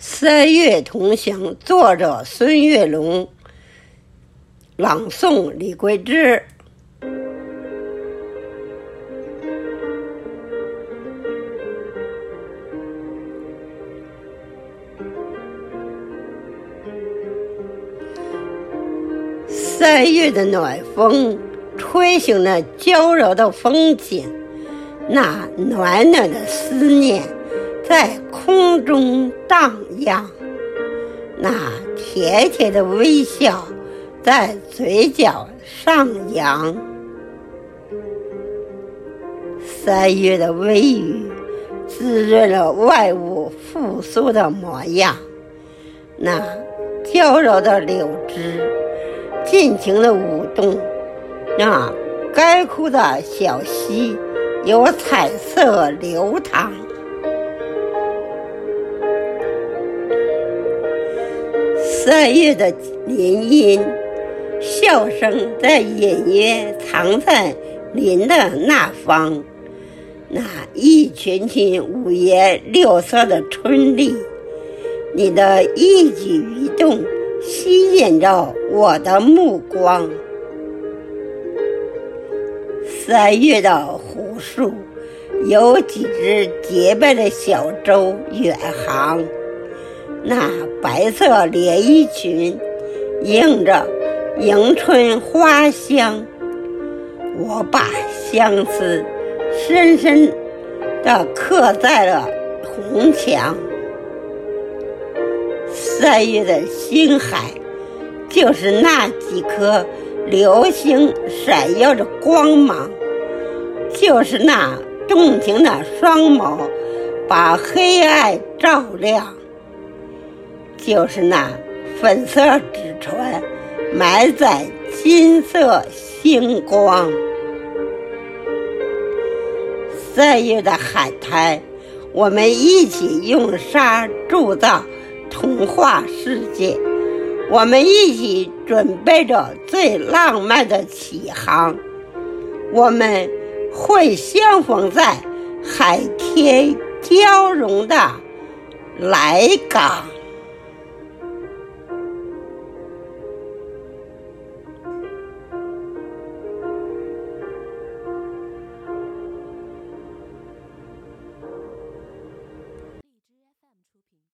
三月同行，作者孙月龙，朗诵李桂枝。三月的暖风吹醒了娇柔的风景，那暖暖的思念在空中荡漾，那甜甜的微笑在嘴角上扬。三月的微雨滋润了万物复苏的模样，那娇柔的柳枝尽情地舞动，那干枯的小溪有彩色流淌。三月的林荫，笑声在隐约藏在林的那方，那一群群五颜六色的春丽，你的一举一动吸引着我的目光。三月的湖树有几只洁白的小舟远航，那白色连衣裙映着迎春花香，我把相思深深地刻在了红墙。三月的星海就是那几颗流星闪耀着光芒，就是那动情的双眸把黑暗照亮，就是那粉色纸船满载金色星光。三月的海滩，我们一起用沙铸造童话世界，我们一起准备着最浪漫的起航，我们会相逢在海天交融的来港。